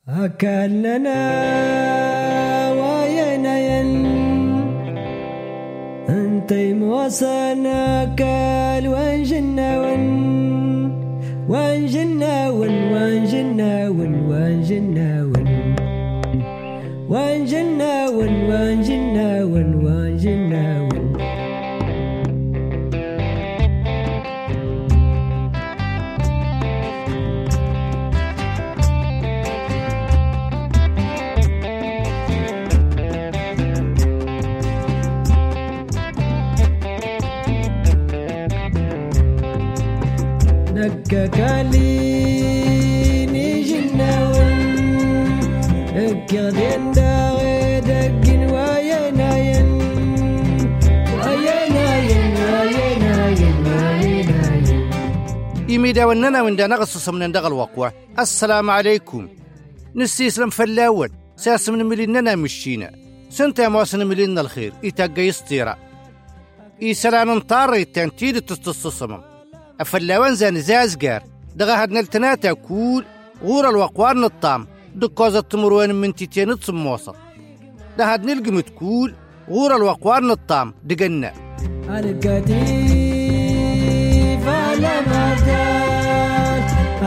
أكلنا وينين أنتي موصلنا كال وانجنا وانجنا وانجنا وانجنا وانجنا وانجنا وانجنا نككاليني جناون اكيدين داغي دقين ويناين إميدا وننا وندانا غصص من ندغ الوقوع. السلام عليكم. نسيسلم فلاود ساس من مليننا مشينا سنتا مواسن ملينا الخير إتاقا يسطيرا إيسالان انطاري تنتيد تستصصمم أفلاوان زان زازقار دغا هادنا التناتا كول غور الوقوان الطام دكوزة تمروان من تيتين تصموصة ده هادنا القمت كول غور الوقوان الطام دقنا القديف على مدار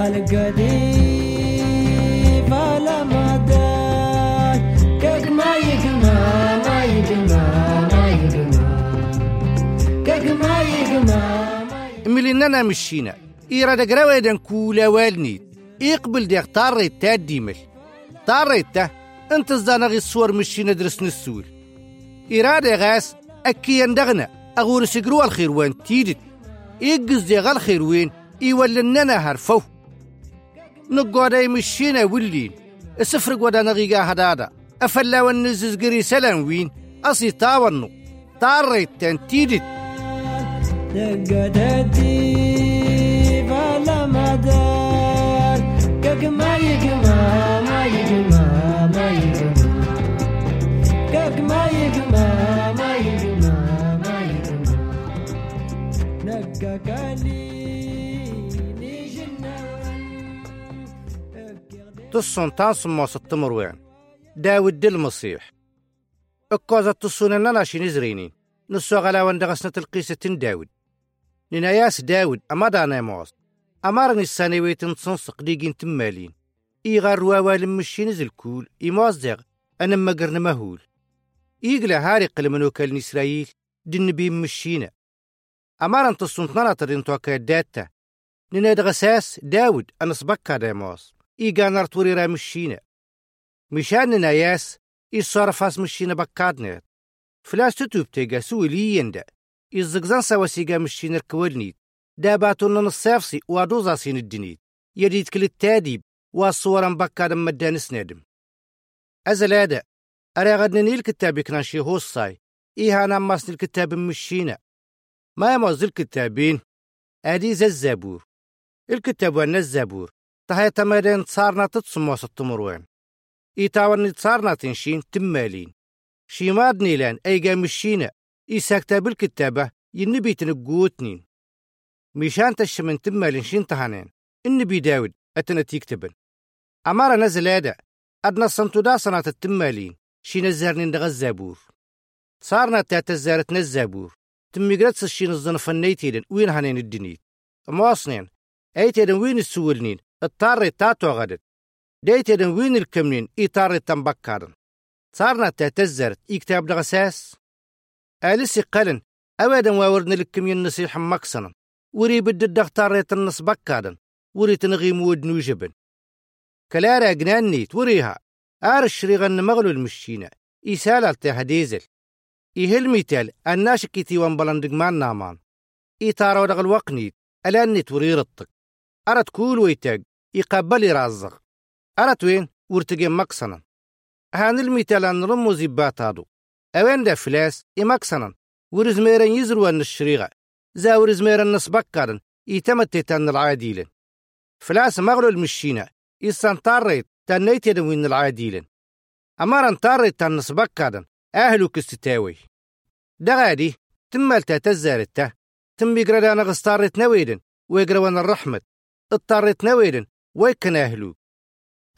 القديف على مدار كيك ما يجمع ما يجمع ما يجمع كيك ما يجمع مليننا مشينا إيراد قراويدان كولا والنيد يقبل ديك طاريت تا ديمل طاريت تا انت زدانا غي الصور مشينا درسنا السول إيراد غاس أكيان دغنا أغور سيقروا الخيروان تيدت إيقز ديغ الخيروين إيوالننا هرفو نقودا مشينا ولين السفر قودا غيقا هدادا أفلا ونزز قري سلام وين أصي تاورنو طاريت تان تيدت دقتي على مدار كيك ما يجمع ما يجمع ما يجمع كيك ما يجمع ما يجمع ما يجمع نككالي تصن تانصم موسى التمروين داود المصيح اكوزة تصوننا ناشي نزرينين نسو غلاوان دغسنة القيسة داود نناياس داود أمادانا موس أمارني السانيويتن تصنصق ديقين تمالين إيغار رواوالم مشي نزل كول إيموزدغ أنا مقرن مهول إيقلا هارق لمنوكال إسرائيل دين بيم مشينا أمارن تصنطنا ترين توكا داتا نناد غساس داود أنا صبكا داموس إيقا نارتوري را مشينا مشان نناياس إيصارفاس مشينا بكادنات فلاس تتوب تيغا سويليين دا إزقزان سواسيقا مشينا الكوالنيد داباتونا نصافسي وادوزاسين الدنيد يريد كل التاديب والصورا بكادا مدان سنادم أزلادا أراغدني الكتاب كناشي هوصاي إيهانا ماسن الكتاب مشينا ما يموز الكتابين أديز الزابور الكتاب وانا الزابور تهي تمارين تصارنا تتصموس التمروين إيتاورني تصارنا تنشين تمالين شيماد نيلان أيقا مشينا إيساكتا بالكتابة ينبي تنقوتنين ميشان تشمن تمالين شين تهانين النبي داود أتنا تيكتبن أمارا نزل هذا أدنا الصنتودا صنعة التمالين شين الزهرنين دغا الزابور صارنا تاتزارتنا الزابور تميقراتس الشين الزنفنيتين وين هانين الدنيت مواصنين أيتين وين السولنين الطاري تاتو غدد دايتين وين الكمنين إيطاري تنبكارن صارنا تاتزارت إيكتاب دغساس آلسي قلن أوادا واورنا لكمين نصيح مكسنا وري بدد اختاريت النص بكادن وري تنغيم ودنو جبن كلارا جنانيت وريها الشريغن مغلو المشينا إيسالة تهديزل إيهل ميتال الناشكيتي وانبلندق مان نامان إيتارو دغ الوقنيت ألانيت وري رطك أرد كول ويتاق يقبلي رازق أرد وين ورتقين مكسنا هان الميتال أن رمو زبات هادو أوين دا فلاس مكسنا ورزميرن يزروا أن الشريغة زاور زميرن نسبكارن يتمتتن العاديلن فلاس مغلو المشينا إستنطاريت تنيتن وين العاديلن أمارن طاريت تنسبكارن أهلو كستتاوي دغادي تمالتا تزارتا تم يقردان غستاريت نويدن ويقروان الرحمة اضطريت نويدن ويكن أهلو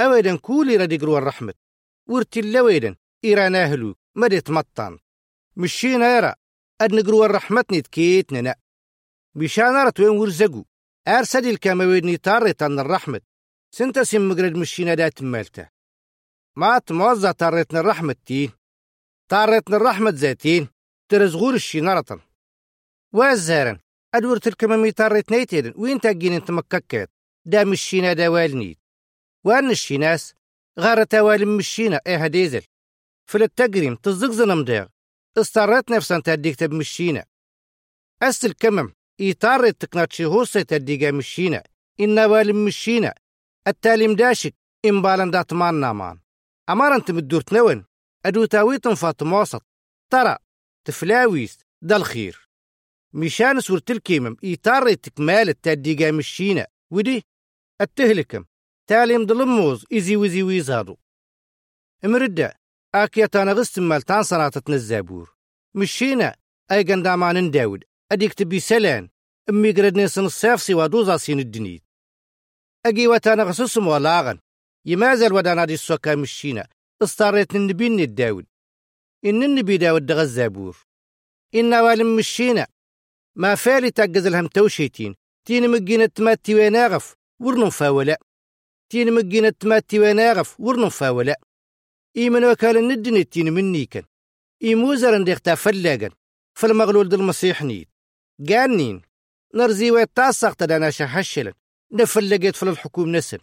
أويدن كولي ردقروا الرحمة ورتلا ويدن إيرانا هلوك مدت مطان مشينا يرى أدنقروا الرحمة نتكيت ننا بشان رت وين ورزقوا أرسل الكامويدني طارت عن الرحمة سنتا سمقرد مشينا دات مالته ما تموزع طارتنا الرحمة تين طارتنا الرحمة ذاتين ترزغور الشينارة وازارن أدور تلكمامي طارت نيتين وين تاقين انت مككات دا مشينا دا والنيت وأن الشيناس غارة توالي مشينا هديزل فلالتقريم تزقزنا مداغ استارت نفسا تاديك تب مشينا أستل كمم يطارت تقناتشي هوسي تاديقا مشينا إنا والي مشينا التالي مداشك إمبالان دا تمان نامان أمار انت مدور تنون أدو تاويتن فاطم وسط ترى تفلاويس دا الخير مشان سورة الكيمم يطارت تكمال تاديقا مشينا ودي التهلكم تالي مدلموز إزي وزي ويزادو امردة آكياتانا غستم مالتان صناطتنا الزابور مشينا أي قندامان داود أديك تبي سلان أمي قردني سن الصيف سوا دوزا سين الدنيد أجي واتانا غسوسم ولاغن يمازل ودانا دي السوكا مشينا استاريت النبين الداود إن النبي داود دغ الزابور إنا والم مشينا ما فالي تاقز الهم توشيتين تين مقينة تماتي ويناغف ورنو فاولا تين مقينة تماتي ويناغف ورنو فاولا إيمن وكال الندن تين منيكن إيموزرن ديختا فلاغن فالمغلول دل المسيح نيد قانين نرزي ويتاسق تدانا شحشلن نفلقيت فل الحكوم نسن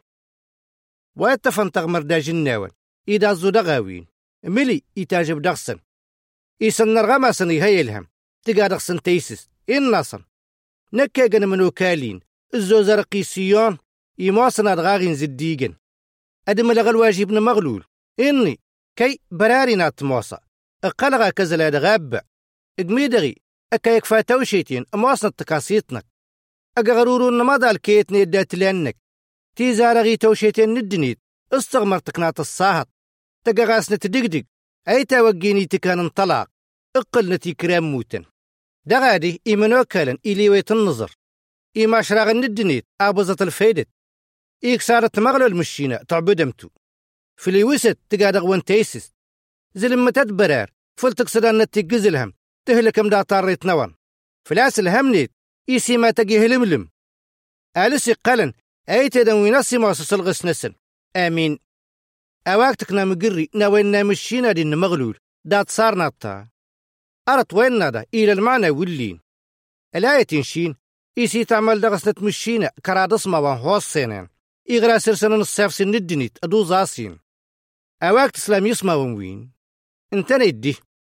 ويتفنطغ مرداج الناون إيدا الزودغاوين ملي إتاجب دغسن إيسن نرغماسن يهيلهم تقا دغسن تيسس إناصن نكاقن من وكالين الزوزر قيسيون إيموصن أدغاغين زديقن أدم لغا الواجبن مغلول إني كي برارينا تموصى أقلغا كزلا دغاب إقميدغي أكا يكفى توشيتين أموصن التكاسيتنك أقغرورون نمضى الكيتني الدات لأنك تيزارغي توشيتين ندنيت استغمر تقنات الصاهط تقغاسنا تدقدق أي توقيني تكان انطلاق اقل نتي كرام موتن دغادي إيمن وكالا إليويت النظر إيما شراغ ندنيت أبوزة الفيدت إيكسارت مغلو المشينة تعبدمتو في اللي وسط تقادغ وانتيسس زلمة تدبرار فلتقصدان نتي قزلهم تهلكم دا طاريت نوان فلاس الهمنيت إيسي ما تقيه لملم آلسي قلن أي تدوي نسي ماسس الغس نسن آمين أواكتكنا مقري ناوينا مشينا دين مغلول دات صارنا الطا أرت وين نادا إلى المعنى واللين الآية تنشين إيسي تعمل دغسنة مشينا كرادسما وانهوص سينان إغرا سرسنن الصيف سن الدنيت أدو زاسين أواك تسلام يسمى وين انتنا يدي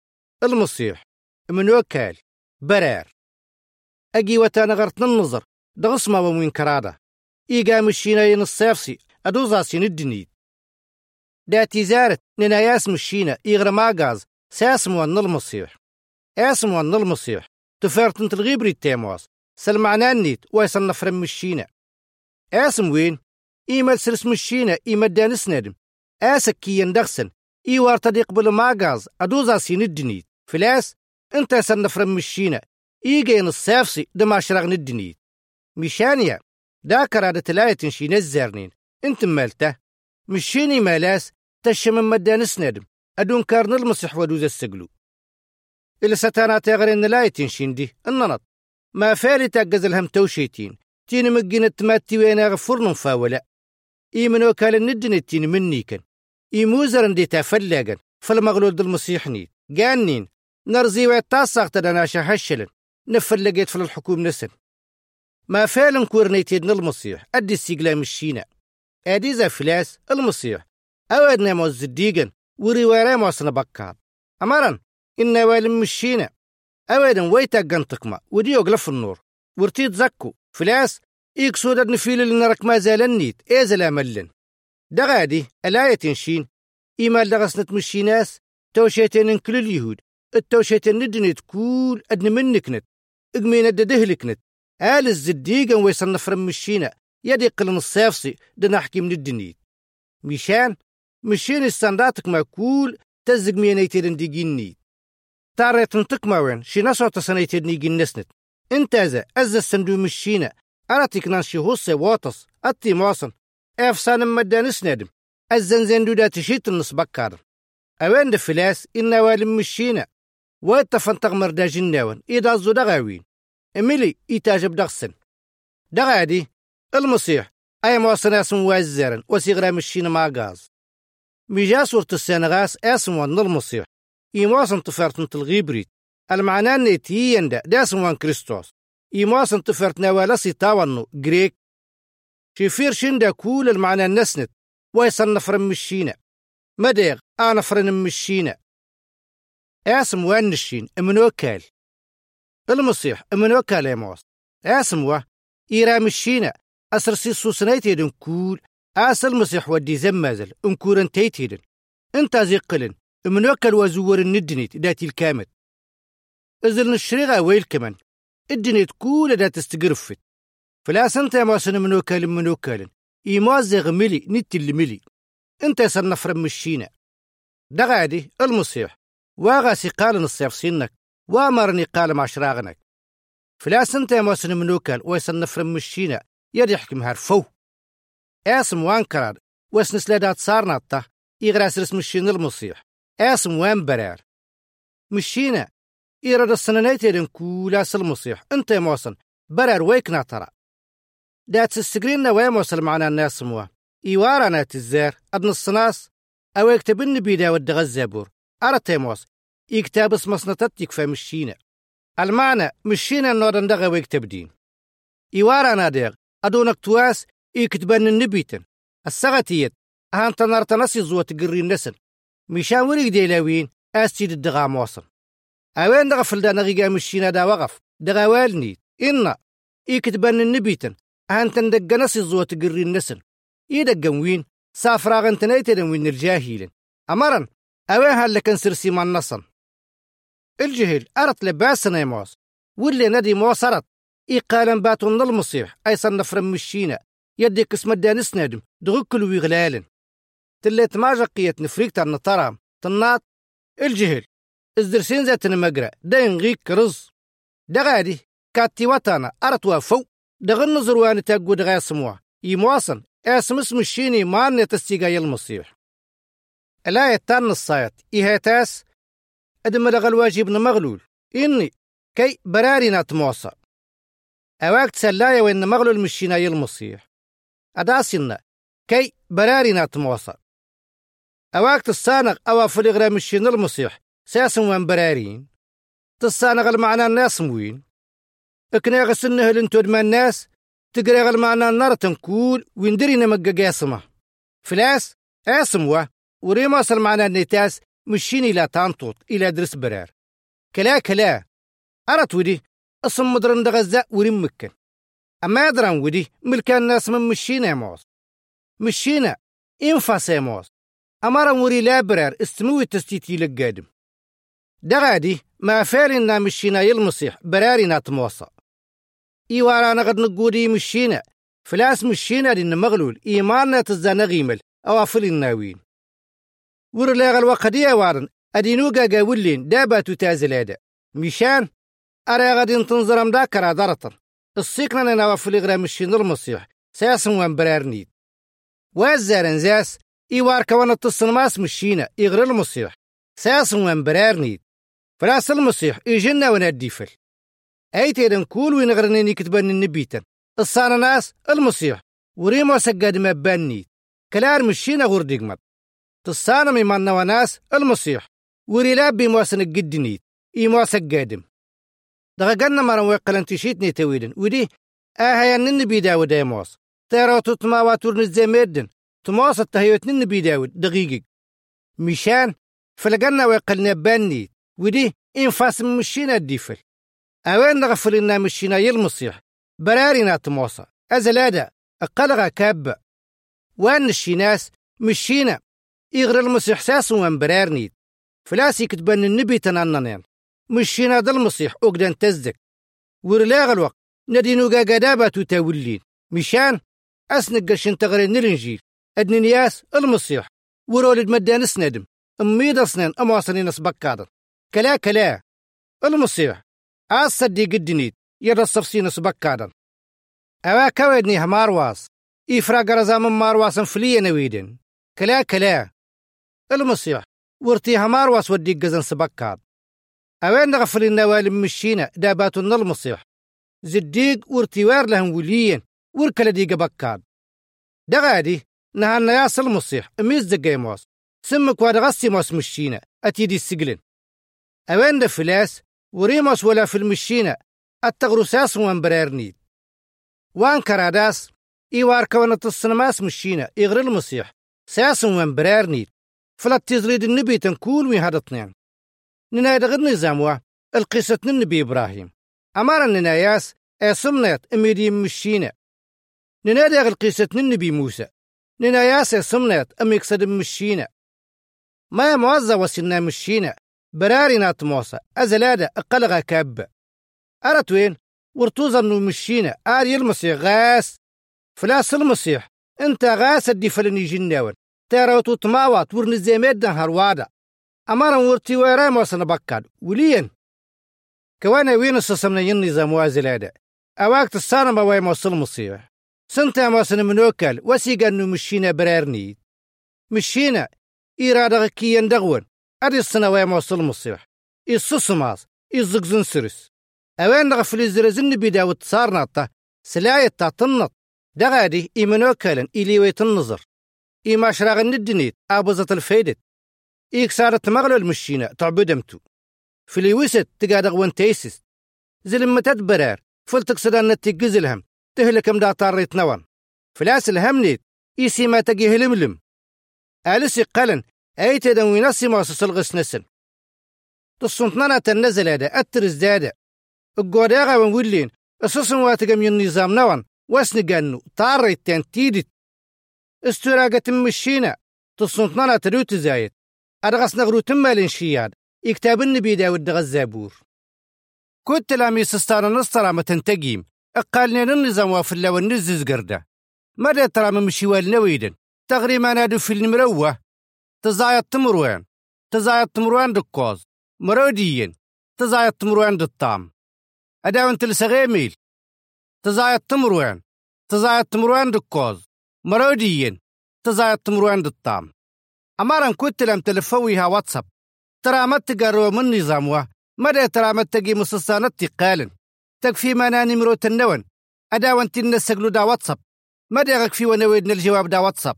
المصيح من وكال برار أجي وتانا غرتنا النظر دغسما وين كرادا إيقا مشينا ين الصيفسي أدو زاسين الدنيت داتي زارت نناياس مشينا إغرا ماغاز ساسمو أن المصيح اسمو أن المصيح تفارتن تلغيبري التامواس سلمعنا النيت ويصن نفرم مشينا اسم وين إيمال سرس مشينا إيمال دانس ندم آسك كيان دغسن إيوار تديق بالماغاز أدوزا سين الدنيت فلاس انت سن نفرم مشينا إيجين الصافسي دما شرغ ندنيت مشانيا داكر هذا تلاية تنشين الزارنين انت مالته مشيني مالاس تشمم مدانس ندم أدون كارن المصح ودوز السقلو إلا ستانا تغرين لاية تنشين دي الننط ما فالي تاقز الهم توشيتين تين مقين التماتي وينا غفرن فاولا إيمن وكال الندن التين منيكن إيموزرن دي تافلاقن فالمغلول دل المصيحنيت قانين نرزي ويتاساق تدانا شحشلن نفلقيت في الحكوم نسن ما فعلا كورنيتين المصيح أدي السيقلام الشينا أدي فلاس المصيح أودنا موز الديقن وريوارا موصنا بكار أمارا إنا والم الشينا أودا ويتا قنطقما ودي أقلف النور ورتيد زكو فلاس إيكسودد نفيل اللي نرك ما زالنيت إيزلا ملن دغادي الآية تنشين إيمال دغسنة مشيناس توشيتين كل اليهود التوشيتين ندنت كول أدن منكنت إقمين أددهلكنت آل الزديقا ويصن نفرم مشينا يدي قلن الصافسي دنا حكي من الدنيت مشان مشين السنداتك ما كول تزق مينيتين ديقين نيت تاري تنطق وين شي نسوة سنيتين نيقين نسنت انتازا أزا السندو مشينا أنا تكنان شي هوسي واطس أتي مواصن أفسان مدان سندم الزنزين دودا تشيت النصبكار أوان دفلاس إنا والم مشينا واتفنتغ مردا جناون إذا الزو دغاوين إميلي إتاجب دغسن دغادي المسيح أي مواصن اسم وازارن وسيغرا مشينا مع غاز ميجا صورة السنغاس اسم وان المسيح إيمواصن تفارتن تلغيبريت المعنى نيتيين دا اسم وان كريستوس إيمواصن تفارتنا ولا سيطاوانو غريك شفير شندا كول المعنى النسنت ويصن نفرن مشينا مديغ أنا فرن مشينا اسم وان نشين امنوكال المسيح امنوكال يا موس اسم وا إيرا مشينا أسرسي سوسنايتيدن كول آس المسيح ودي زمازل انكورن تيتيدن انت زيقلن امنوكال وزور الندنيت داتي الكامت ازل نشريغا ويل كمان الدنيت كول دا تستقرفت فلا سنت يا موسن منوكال إيمازيغ ملي نت اللي ملي انت سنفرم مشينا دغادي المسيح واغاسي قال نصيف سينك وامرني قال مع شراغنك فلا سنت يا موسن منوكال ويسنفرم مشينا يريحكم هارفو اسم وان كرار واسنس لدات صارناطة يغراس رسم مشينا المسيح اسم وان برار مشينا إيراد السنانيتين كولاس المسيح انت يا موسن برار ويكنا ترى دات السجرين ويموصل معنا الناس موا إيوارانا تزار أدن الصناص أو يكتب النبيدا ودغ الزابور أرتيموس يكتاب اسمصنتت يكفى مشينا المعنى مشينا النورن دغا ويكتب دين إيوارانا ديغ أدونك تواس يكتبن النبيتن السغتيت أهان تنارتنسي زوة تقري النسل مشان وريق ديلاوين أستيد الدغا موصل أوين دغا فلدانا غيقا مشينا دا وغف دغا والنيت إنا يكتبن النبيتن أهان تندقنسي زوة تقري النسل يدقن وين سافراغن تنيتن وين الجاهيلن أمرن أوين هالكن سرسي من نصن الجهل أرت لباسنا يموس واللي ندي موصرت إيقالا باتون المصيح أي صنفرم مشينا يدي قسم الدانس نادم دغكل ويغلالن تلت ماجقية نفريق النطرام تناط الجهل ازدرسين ذاتنا مقرأ دين غيك رز دغادي كاتي وطانا أرت وفو دغن نظروان تاقو دغا سموا يمواصن اسم الشيني ماني تستيقاي المصيح الآية التان الصايت إيهاتاس أدم لغا الواجب نمغلول إني كي برارينا تموصى أواكت سلايا وإن مغلول مشيناي المصيح أداسنا كي برارينا تموصى أواكت السانق أوا فلغرا مشين المصيح ساسم وان برارين تسانق المعنى الناس موين اكنا غسنه لنتود ما الناس تقريغ المعنى النار تنكول ويندرينا مقا قاسمه فلاس اسم وريماس المعنى النتاس مشيني لا تانطوط إلى درس برار كلا أرت ودي أصم مدرن دغزاء وريم مكن أما يدران ودي ملكان ناس من مشينا يا موس مشينا إنفاس يا موس أمارا وري لا برار استموي تستيتي لقادم دغادي ما فارنا مشينا يلمصيح برارنا تموصى إيوارانا غد نقودي مشينا فلاس مشينا لن مغلول إيماننا تزانا غيمل أوافل الناوين ورلاغ الوقدية وارن أدينوغا قاولين داباتو تازلادا مشان أرى غادي تنظرم داكرا دارتر السيقنا نوافل إغرا مشينا المصيح ساسم وان برارنيد وازارن زاس إيوار كوانا تصنماس مشينا إغرا المصيح ساسم وان برارنيد فلاس المصيح إيجنا وناديفل أيتيدن كول وين غرنين يكتبن النبيتن الصانا ناس المصيح وريمو سقاد مبانيت كلار مشينا غور ديقمت تصانا ميمانا وناس المصيح وريلاب بمواسن القدنيت إيمو سقادم دغاقنا مران ويقلن تشيتني تويدن ودي آهيان النبي داود يموس تيروتو تماواتور نزاميردن تموس التهيوت النبي داود دقيقك مشان فلقنا ويقلنا بانيت ودي إنفاس مشينا الديفل أوين نغفلنا مشينا يلمصيح برارينا تموصى أزلادا أقلغا كاب وان الشيناس مشينا إغر المصيح ساس وان برارنيد فلاسي كتبان النبي تناننين مشينا دا المصيح أقدان تزدك ورلاغ الوقت ندينو قادابا تتاولين مشان أسنق قرشن تغرين الإنجيل أدنياس المصيح ورولد مدان سندم أميد أصنين أمواصنين أسبقادر كلا المصيح صديق الدنيد يرى الصفصين سبكادا أوا كويدني همارواس إفراق رزام مارواس فليا نويدن كلا المصيح ورتي همار واسودي قزن سبكاد أوين نغفل النوال مشينا داباتنا المصيح زديق ورتي وار لهم وليين وركلا ديق بكاد دغادي نهانا ياس المصيح أميز دقيموس سمك وادغسي موس مشينا أتيدي السجلن أوين دا فلاس وريموس ولا في المشينا التغرساس وانبرارنيد وان كراداس إيوار كونت السنماس مشينا إغر المصيح ساس وانبرارنيد فلا تزريد النبي تنكول ويهادتنين ننايد غير نظاموا القصة النبي إبراهيم أمارا نناياس سمنات أميدي مشينا ننايد غير قصة النبي موسى نناياس سمنات أميكسد مشينا ما موزا وسنا مشينا برارنا موسى أزلادة أقلغا كاب أرتوين ورتوزنو مشينا آري المسيح غاس فلاس المسيح انت غاس الدي فلني جناون تاروتو تماوات ورنزيميد دهر وادا أمارا ورتي ويرام وصنا بكاد وليين كوانا وين السسمنا ينظام وازلادة أواكت السانما ويما وصل المسيح سنتا وصنا منوكال وسيقانو مشينا برارني مشينا إرادة كيان دغون أدي السنة ويما وصل المسيح إصصماس إزقزن سرس أوين نغفل الزرزن بداو تصارناطة سلاية تاطنط دغادي إيمنوكالن إليويت النظر إيما شراغ الندنيت آبوزة الفيدت إيكسارة مغلو المشينة تعبدمتو في الوسط تقادغ وانتيسس زلمة تدبرار فلتقصدان نتيقزلهم تهلكم دا طاريت نوان فلاس الهمنيت إيسي ما تقيه لملم آلسي قلن أيتا دنوي نسي ماسس الغسنسن تصنطنانا تنزل هذا أترز دادا القوداغا ونولين أساسن واتقم النظام نوان واسنقانو طاريت تنتيدت استراغة مشينا تصنطنانا تروت زايد أدغس نغرو تمالين شياد يكتاب النبي داود غزابور كنت لامي سستانا نصطرا ما تنتقيم أقالنا النظام وافلا والنزز قرده ماذا ترى من مشيوال نويدن تغريما نادو في المروة تزايد تمروان دكوز مروديين تزايد تمروان دالطام أداون تلسغيميل تزايد تمروان دكوز مروديين تزايد تمروان دالطام أمارا كنت لم تلفويها واتساب ترى ما تقروا من نظامها ماذا ترى ما تقي مصصانات تقالن تكفي ما ناني مروت النون أداون تنسقلو دا واتساب ماذا يكفي ونويدنا الجواب دا واتساب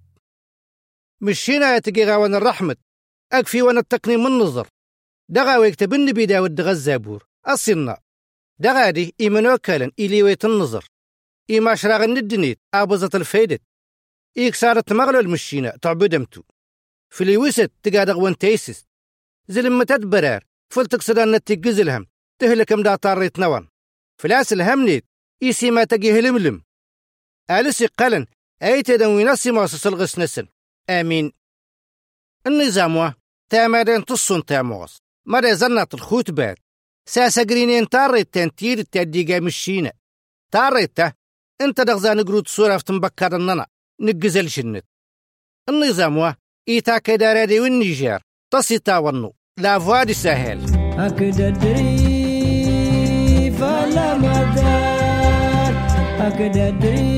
مشينا يتقي غاوان الرحمة أكفي ونتقني من نظر دغا ويكتب النبي داود غزابور أصلنا دغا دي إيمانوكالن إليويت النظر إيما شراغ الندنيت آبوزة الفيدت إيكسارة مغلو المشينة تعبدمتو في الوسط تقادغ وانتيسس زلمة تدبرار فلتقصدان نتيقزلهم تهلكم دا طاريت نوان فلاس الهمنيت إيسي ما تقيه لملم آلسي قلن أيتا دنوي نسي ماسس الغسنسن آمين النظام تامادين تصن تاموس ماذا زنات الخوتبات ساسقرينين طاريت تنتير التاديقا مشينا طاريته انت دغزان قروت صورة فتنبكر الننا نقزل شنت النظام إيتا كدارادي والنيجير تصيتا ونو لا فوادي سهل أكددري فلا مدار أكددري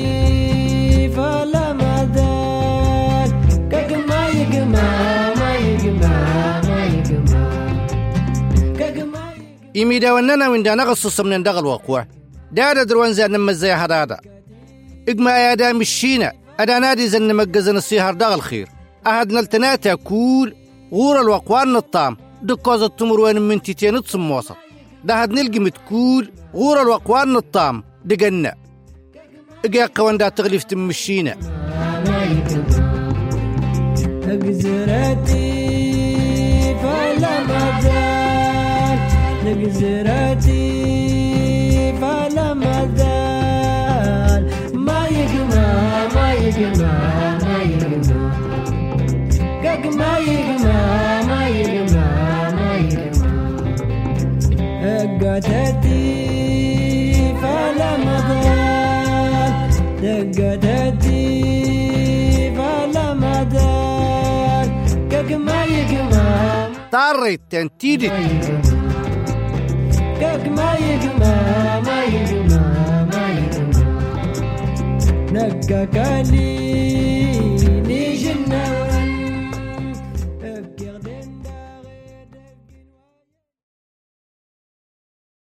فلا مدار كما يجمع ما يجمع إميدا وننا من دانا غصص من دغل وقوة دادا دروان زي نمزي هدادا إجمع يا دام الشينا أدا نادي زن مجزن السيهر دغل خير أهدنا التناتا كول غور الوقوان الطعم دكوز التمروان من تيتين تصم وسط ده نلقي متكول غور الوقوان الطعم دقنا إجا قوان دا تغليف تمشينا نجزراتي فلا مدار نجزراتي فلا مدار ما يجمع ما يجمع ما يجمع ما يجمع ما يجمع ما يجمع دقتي فلا مدار دقتي فلا مدار ما يجمع طاريت تنتيدي ما يجمع ما يجمع ما يجمع نككالي